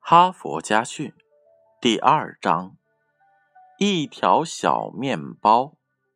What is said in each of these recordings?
哈佛家训第2章：一条小面包。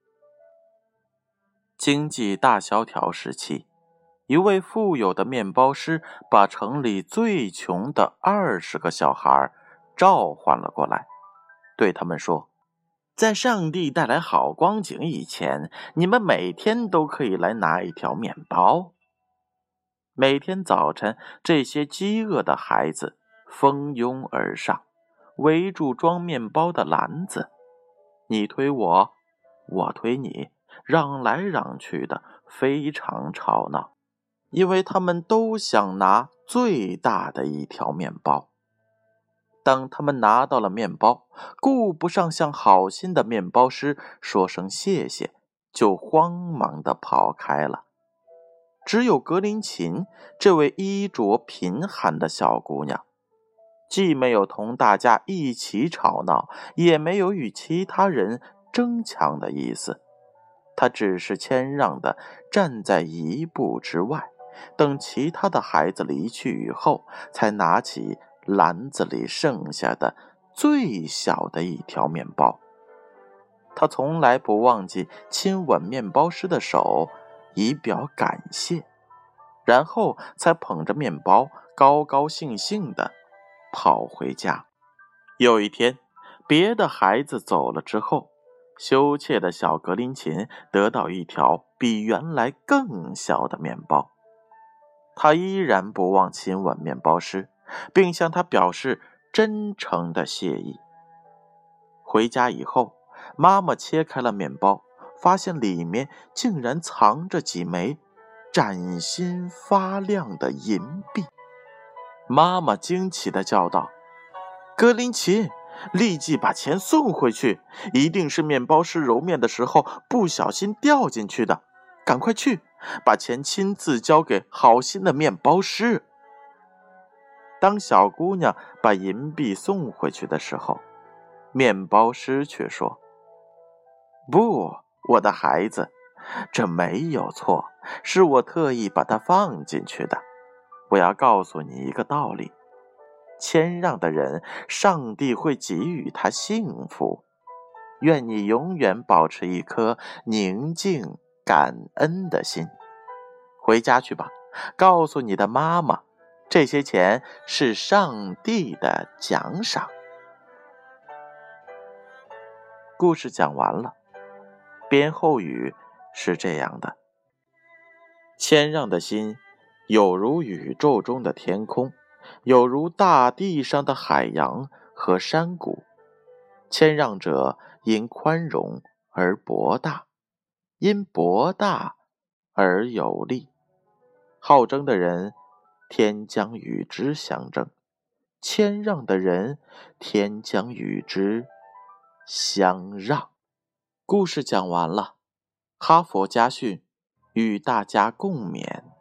经济大萧条时期，一位富有的面包师把城里最穷的20个小孩召唤了过来，对他们说：在上帝带来好光景以前，你们每天都可以来拿一条面包。每天早晨，这些饥饿的孩子蜂拥而上，围住装面包的篮子，你推我，我推你，嚷来嚷去的，非常吵闹，因为他们都想拿最大的一条面包。当他们拿到了面包，顾不上向好心的面包师说声谢谢，就慌忙地跑开了。只有格林琴这位衣着贫寒的小姑娘，既没有同大家一起吵闹，也没有与其他人争抢的意思。她只是谦让地站在一步之外，等其他的孩子离去以后，才拿起篮子里剩下的最小的一条面包。她从来不忘记亲吻面包师的手，以表感谢，然后才捧着面包高高兴兴地跑回家。有一天，别的孩子走了之后，羞怯的小格林琴得到一条比原来更小的面包。他依然不忘亲吻面包师，并向他表示真诚的谢意。回家以后，妈妈切开了面包，发现里面竟然藏着几枚崭新发亮的银币。妈妈惊奇地叫道：格林琴，立即把钱送回去，一定是面包师揉面的时候不小心掉进去的，赶快去，把钱亲自交给好心的面包师。当小姑娘把银币送回去的时候，面包师却说：不，我的孩子，这没有错，是我特意把它放进去的。我要告诉你一个道理，谦让的人，上帝会给予他幸福。愿你永远保持一颗宁静感恩的心。回家去吧，告诉你的妈妈，这些钱是上帝的奖赏。故事讲完了，编后语是这样的：谦让的心，有如宇宙中的天空，有如大地上的海洋和山谷。谦让者因宽容而博大，因博大而有力。好争的人，天将与之相争；谦让的人，天将与之相让。故事讲完了，哈佛家训与大家共勉。